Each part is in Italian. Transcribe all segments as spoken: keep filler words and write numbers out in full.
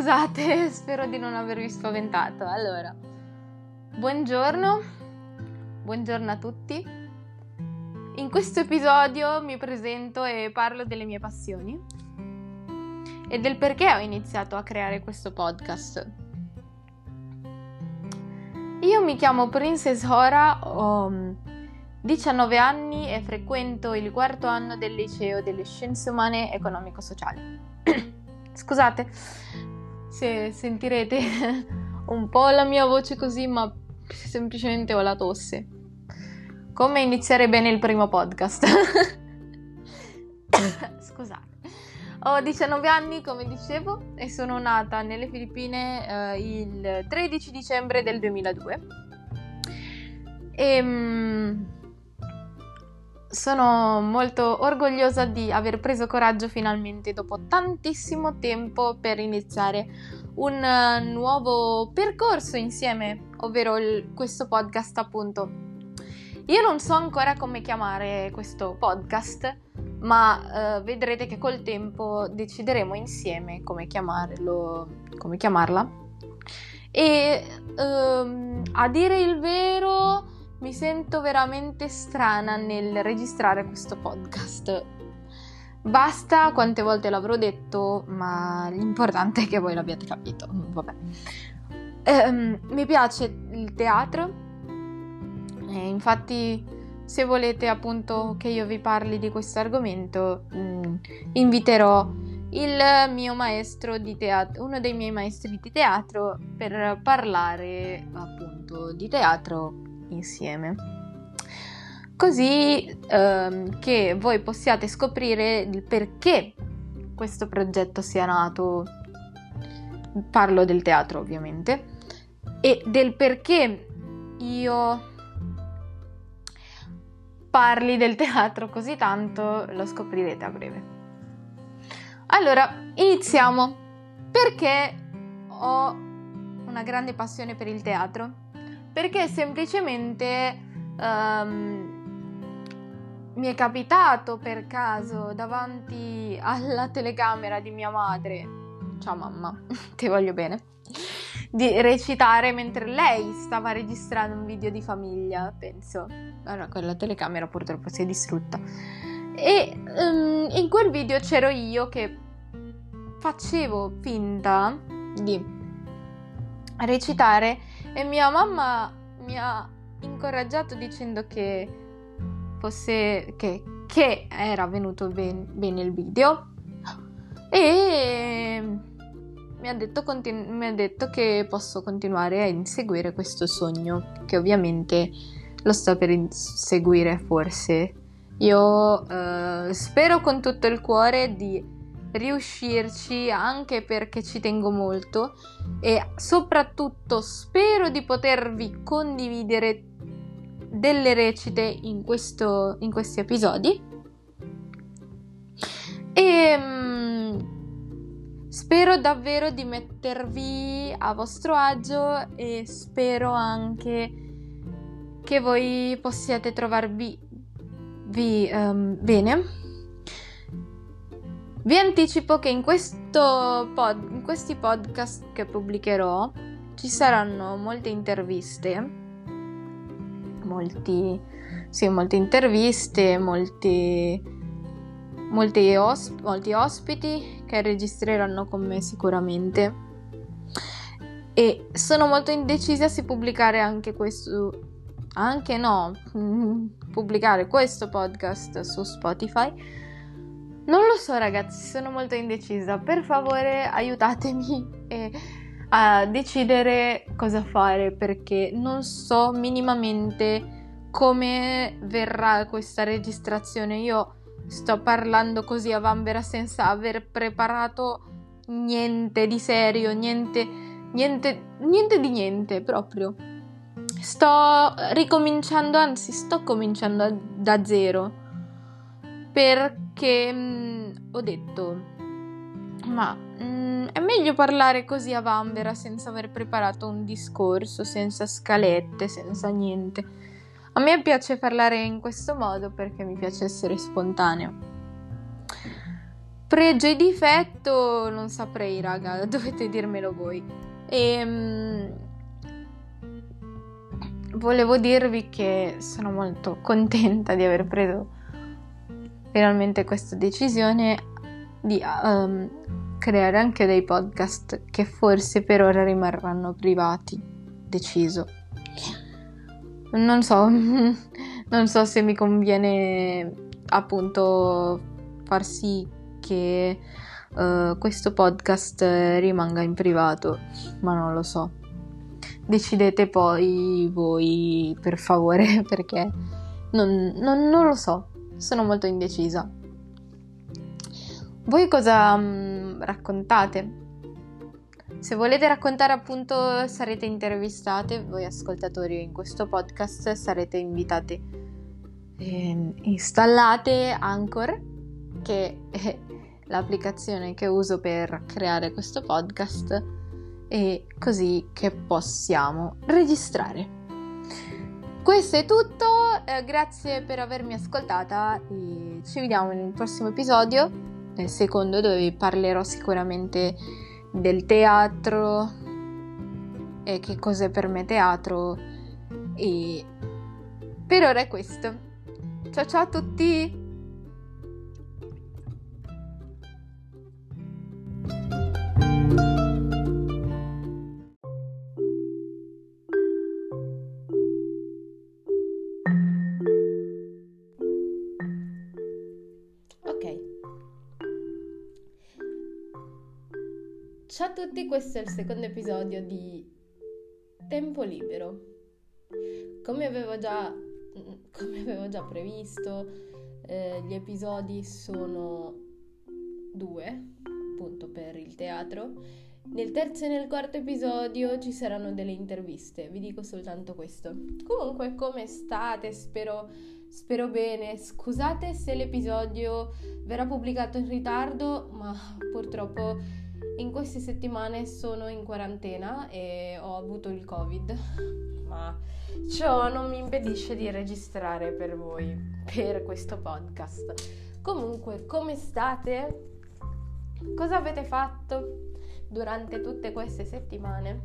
scusate, spero di non avervi spaventato. Allora, buongiorno, buongiorno a tutti. In questo episodio mi presento e parlo delle mie passioni e del perché ho iniziato a creare questo podcast. Io mi chiamo Princess Hora, ho diciannove anni e frequento il quarto anno del liceo delle scienze umane economico-sociali. Scusate se sentirete un po' la mia voce così, ma semplicemente ho la tosse. Come iniziare bene il primo podcast? Scusate. Ho diciannove anni, come dicevo, e sono nata nelle Filippine eh, il tredici dicembre del duemiladue. E mh, sono molto orgogliosa di aver preso coraggio finalmente dopo tantissimo tempo per iniziare un uh, nuovo percorso insieme, ovvero il, questo podcast appunto. Io non so ancora come chiamare questo podcast, ma uh, vedrete che col tempo decideremo insieme come chiamarlo, come chiamarla. E um, a dire il vero, mi sento veramente strana nel registrare questo podcast. Basta quante volte l'avrò detto, ma l'importante è che voi l'abbiate capito. Vabbè. Um, mi piace il teatro. E infatti, se volete appunto che io vi parli di questo argomento, mh, inviterò il mio maestro di teatro, uno dei miei maestri di teatro, per parlare appunto di teatro insieme. Così ehm, che voi possiate scoprire il perché questo progetto sia nato. Parlo del teatro ovviamente, e del perché io parli del teatro così tanto lo scoprirete a breve. Allora, iniziamo. Perché ho una grande passione per il teatro? Perché semplicemente um, mi è capitato per caso davanti alla telecamera di mia madre, ciao mamma, ti voglio bene, di recitare mentre lei stava registrando un video di famiglia, penso. Allora, quella telecamera purtroppo si è distrutta. E um, in quel video c'ero io che facevo finta di recitare e mia mamma mi ha incoraggiato dicendo che fosse che, che era venuto ben, bene il video e mi ha detto continu- mi ha detto che posso continuare a inseguire questo sogno, che ovviamente lo sto per inseguire forse. Io eh, spero con tutto il cuore di riuscirci, anche perché ci tengo molto, e soprattutto spero di potervi condividere delle recite in questo in questi episodi e mh, spero davvero di mettervi a vostro agio e spero anche che voi possiate trovarvi vi, um, bene. Vi anticipo che in questo pod, in questi podcast che pubblicherò ci saranno molte interviste, molti, sì, molte interviste, molti, molti, osp- molti ospiti che registreranno con me sicuramente. E sono molto indecisa se pubblicare anche questo, anche no, pubblicare questo podcast su Spotify. Non lo so ragazzi, sono molto indecisa. Per favore aiutatemi e a decidere cosa fare, perché non so minimamente come verrà questa registrazione. Io sto parlando così a vanvera senza aver preparato niente di serio, niente, niente, niente di niente proprio. Sto ricominciando, anzi sto cominciando da zero, perché mh, ho detto ma mh, è meglio parlare così a vanvera senza aver preparato un discorso, senza scalette, senza niente. A me piace parlare in questo modo perché mi piace essere spontaneo. pregio e difetto non saprei, raga, dovete dirmelo voi. E um, volevo dirvi che sono molto contenta di aver preso finalmente questa decisione di um, creare anche dei podcast che forse per ora rimarranno privati. Deciso. Non so, non so se mi conviene appunto far sì che uh, questo podcast rimanga in privato, ma non lo so. Decidete poi voi, per favore, perché non, non, non lo so, sono molto indecisa. Voi cosa um, raccontate? Se volete raccontare, appunto, sarete intervistate, voi ascoltatori in questo podcast sarete invitate. Eh, installate Anchor, che è l'applicazione che uso per creare questo podcast, e così che possiamo registrare. Questo è tutto, eh, grazie per avermi ascoltata e ci vediamo nel prossimo episodio, nel secondo, dove vi parlerò sicuramente del teatro e che cos'è per me teatro, e per ora è questo. Ciao ciao a tutti! Ciao a tutti, questo è il secondo episodio di Tempo Libero. Come avevo già, come avevo già previsto, eh, gli episodi sono due, appunto per il teatro. Nel terzo e nel quarto episodio ci saranno delle interviste, vi dico soltanto questo. Comunque, come state? Spero, spero bene. Scusate se l'episodio verrà pubblicato in ritardo, ma purtroppo in queste settimane sono in quarantena e ho avuto il Covid, ma ciò non mi impedisce di registrare per voi, per questo podcast. Comunque, come state? Cosa avete fatto durante tutte queste settimane?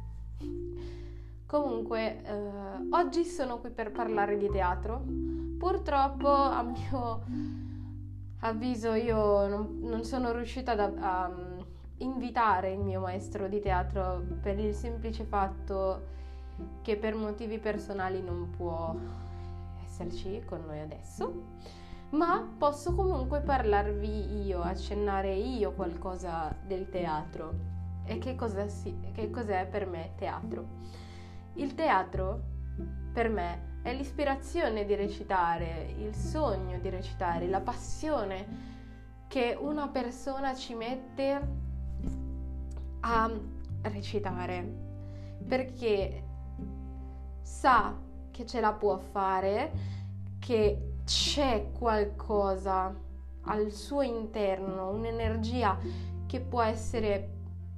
Comunque, eh, oggi sono qui per parlare di teatro. Purtroppo, a mio avviso, io non, non sono riuscita ad, a invitare il mio maestro di teatro per il semplice fatto che per motivi personali non può esserci con noi adesso, ma posso comunque parlarvi io, accennare io qualcosa del teatro e che cosa si, che cos'è per me teatro. Il teatro per me è l'ispirazione di recitare, il sogno di recitare, la passione che una persona ci mette a recitare, perché sa che ce la può fare, che c'è qualcosa al suo interno, un'energia che può essere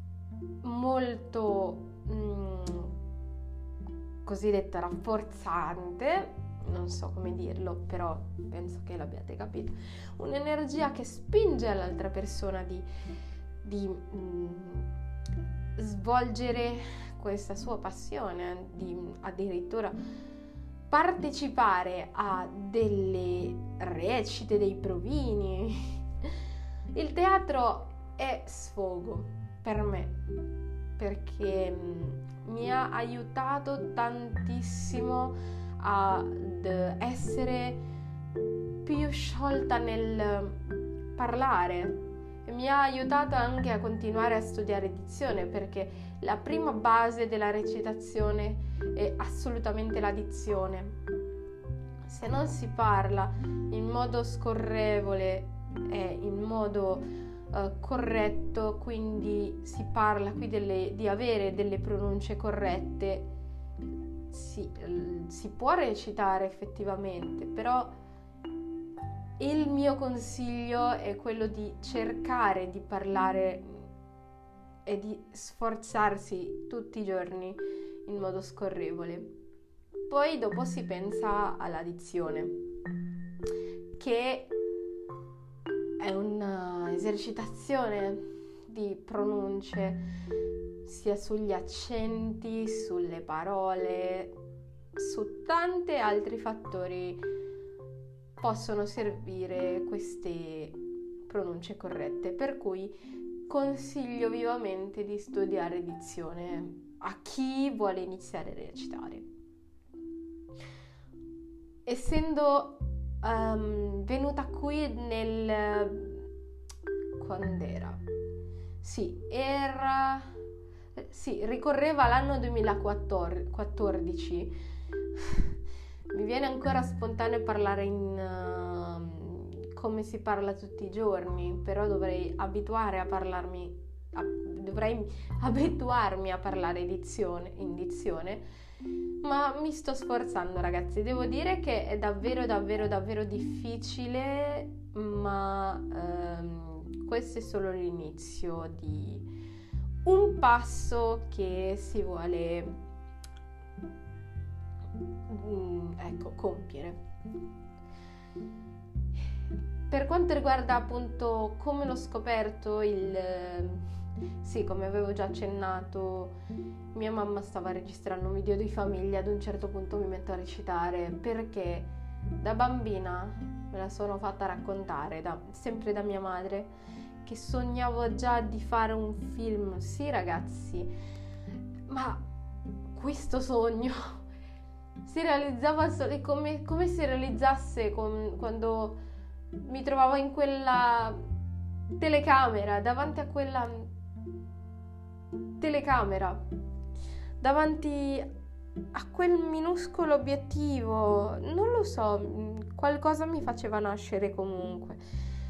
molto mh, cosiddetta rafforzante, non so come dirlo, però penso che l'abbiate capito, un'energia che spinge l'altra persona di, di mh, svolgere questa sua passione, di addirittura partecipare a delle recite, dei provini. Il teatro è sfogo per me, perché mi ha aiutato tantissimo ad essere più sciolta nel parlare. Mi ha aiutato anche a continuare a studiare dizione, perché la prima base della recitazione è assolutamente la dizione. Se non si parla in modo scorrevole e in modo uh, corretto, quindi si parla qui delle, di avere delle pronunce corrette, si, si può recitare effettivamente, però il mio consiglio è quello di cercare di parlare e di sforzarsi tutti i giorni in modo scorrevole. Poi dopo si pensa alla dizione, che è un'esercitazione di pronunce sia sugli accenti, sulle parole, su tanti altri fattori possono servire queste pronunce corrette, per cui consiglio vivamente di studiare dizione a chi vuole iniziare a recitare. Essendo um, venuta qui nel... quando era? Sì, era... sì, ricorreva l'anno duemilaquattordici. Mi viene ancora spontaneo parlare in... Uh, come si parla tutti i giorni, però dovrei abituare a parlarmi, a, dovrei abituarmi a parlare dizione, in dizione, ma mi sto sforzando, ragazzi. Devo dire che è davvero davvero davvero difficile, ma ehm, questo è solo l'inizio di un passo che si vuole mm, ecco compiere. Per quanto riguarda appunto come l'ho scoperto, il sì, come avevo già accennato, mia mamma stava registrando un video di famiglia, ad un certo punto mi metto a recitare perché da bambina me la sono fatta raccontare, da, sempre da mia madre, che sognavo già di fare un film. Sì, ragazzi, ma questo sogno si realizzava solo, come, come si realizzasse con, quando mi trovavo in quella telecamera, davanti a quella telecamera, davanti a quel minuscolo obiettivo. Non lo so, qualcosa mi faceva nascere comunque,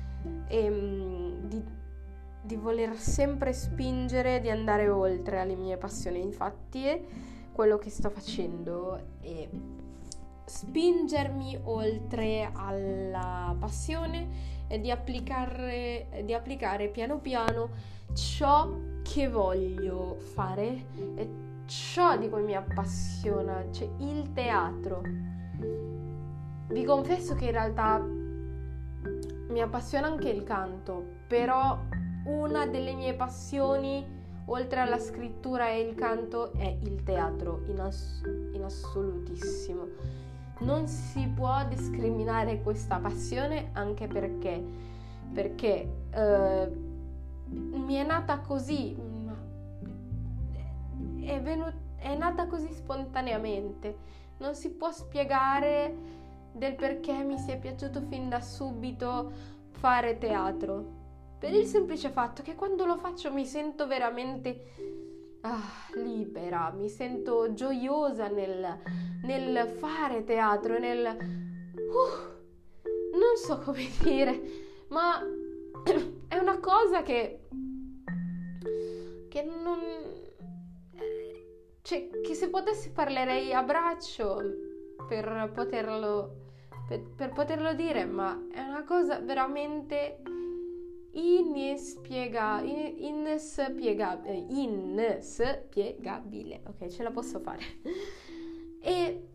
e di, di voler sempre spingere, di andare oltre alle mie passioni. Infatti è quello che sto facendo, è spingermi oltre alla passione e di applicare, di applicare piano piano ciò che voglio fare e ciò di cui mi appassiona, cioè il teatro. Vi confesso che in realtà mi appassiona anche il canto, però una delle mie passioni, oltre alla scrittura e il canto, è il teatro, in, ass- in assolutissimo. Non si può discriminare questa passione, anche perché perché eh, mi è nata così, è, venuta, è nata così spontaneamente. Non si può spiegare del perché mi sia piaciuto fin da subito fare teatro, per il semplice fatto che quando lo faccio mi sento veramente Ah, libera, mi sento gioiosa nel, nel fare teatro, nel... Uh, non so come dire, ma è una cosa che... che non... cioè, che se potessi parlerei a braccio per poterlo... per, per poterlo dire, ma è una cosa veramente... Inspiega, in, inspiegabile, inspiegabile, ok, ce la posso fare. E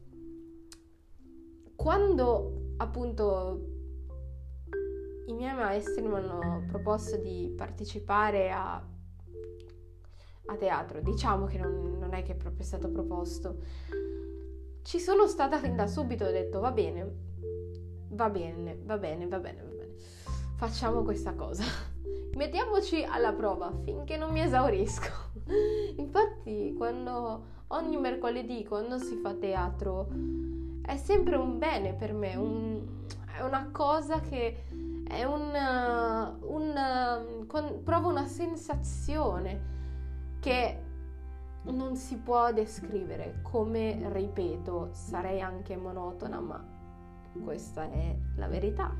quando appunto i miei maestri mi hanno proposto di partecipare a, a teatro, diciamo che non, non è che è proprio stato proposto, ci sono stata fin da subito, ho detto va bene, va bene, va bene, va bene, va bene. Facciamo questa cosa, mettiamoci alla prova finché non mi esaurisco. Infatti quando ogni mercoledì, quando si fa teatro, è sempre un bene per me, un, è una cosa che è un, un con, provo una sensazione che non si può descrivere. Come ripeto, sarei anche monotona, ma questa è la verità.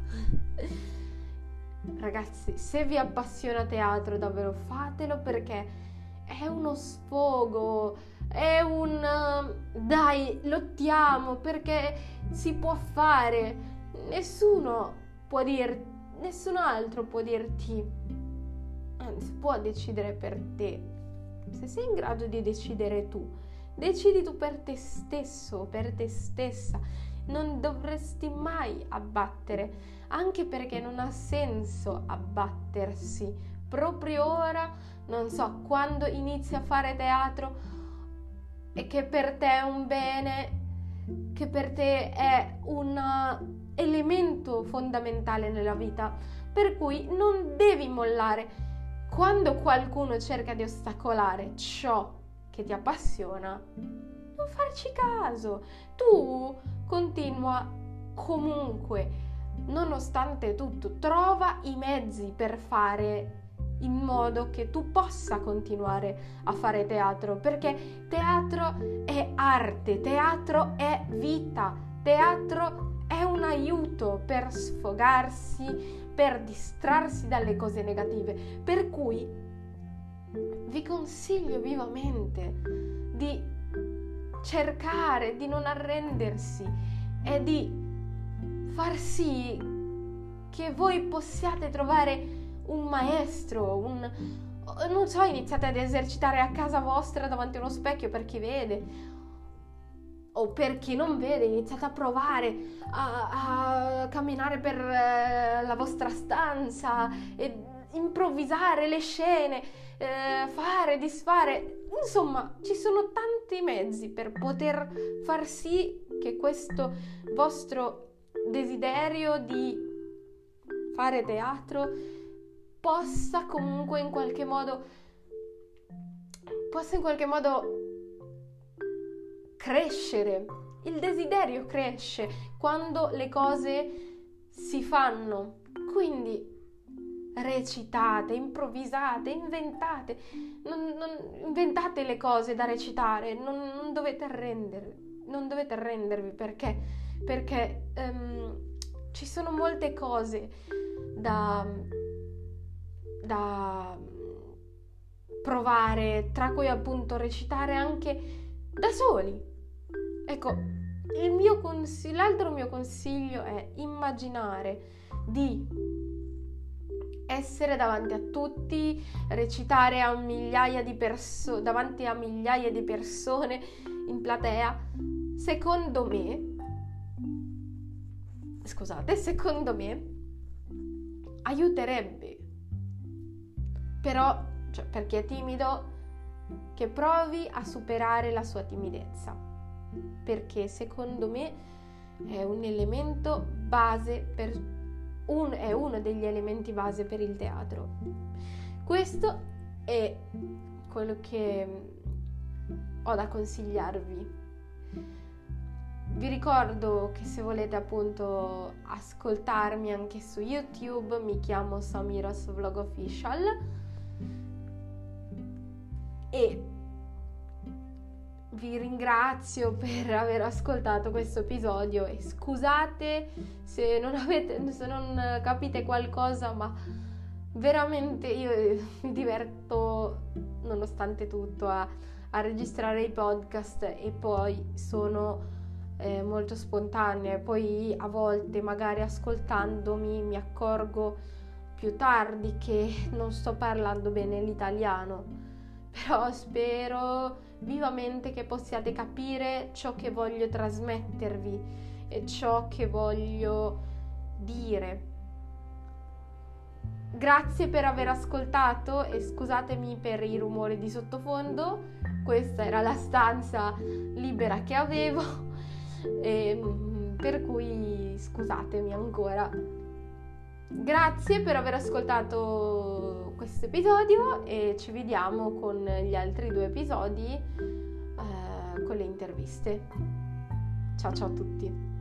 Ragazzi, se vi appassiona teatro, davvero fatelo, perché è uno sfogo, è un dai, lottiamo, perché si può fare. Nessuno può dir, nessun altro può dirti, anzi può decidere per te. Se sei in grado di decidere tu, decidi tu per te stesso, per te stessa, non dovresti mai abbattere, anche perché non ha senso abbattersi proprio ora, non so, quando inizi a fare teatro e che per te è un bene, che per te è un elemento fondamentale nella vita, per cui non devi mollare. Quando qualcuno cerca di ostacolare ciò che ti appassiona, non farci caso. Tu continua comunque, nonostante tutto, trova i mezzi per fare in modo che tu possa continuare a fare teatro, perché teatro è arte, teatro è vita, teatro è un aiuto per sfogarsi, per distrarsi dalle cose negative, per cui vi consiglio vivamente di cercare di non arrendersi e di far sì che voi possiate trovare un maestro, un non so, iniziate ad esercitare a casa vostra davanti a uno specchio per chi vede, o per chi non vede, iniziate a provare a, a camminare per eh, la vostra stanza e improvvisare le scene, eh, fare, disfare, insomma ci sono tanti mezzi per poter far sì che questo vostro desiderio di fare teatro possa comunque in qualche modo possa in qualche modo crescere. Il desiderio cresce quando le cose si fanno, quindi recitate, improvvisate, inventate, non, non inventate le cose da recitare, non, non dovete arrendervi, non dovete arrendervi perché perché um, ci sono molte cose da da provare, tra cui appunto recitare anche da soli. Ecco, il mio consiglio, l'altro mio consiglio è immaginare di essere davanti a tutti, recitare a migliaia di perso- davanti a migliaia di persone in platea. Secondo me, scusate, secondo me aiuterebbe. Però, cioè, per chi è timido, che provi a superare la sua timidezza, perché secondo me è un elemento base per un, è uno degli elementi base per il teatro. Questo è quello che ho da consigliarvi. Vi ricordo che se volete appunto ascoltarmi anche su YouTube, mi chiamo Samiras Vlog Official e vi ringrazio per aver ascoltato questo episodio e scusate se non avete, se non capite qualcosa, ma veramente io mi diverto nonostante tutto a, a registrare i podcast e poi sono eh, molto spontanea e poi a volte magari ascoltandomi mi accorgo più tardi che non sto parlando bene l'italiano. Però spero vivamente che possiate capire ciò che voglio trasmettervi e ciò che voglio dire. Grazie per aver ascoltato e scusatemi per i rumori di sottofondo. Questa era la stanza libera che avevo e per cui scusatemi ancora. Grazie per aver ascoltato questo episodio e ci vediamo con gli altri due episodi eh, con le interviste. Ciao ciao a tutti.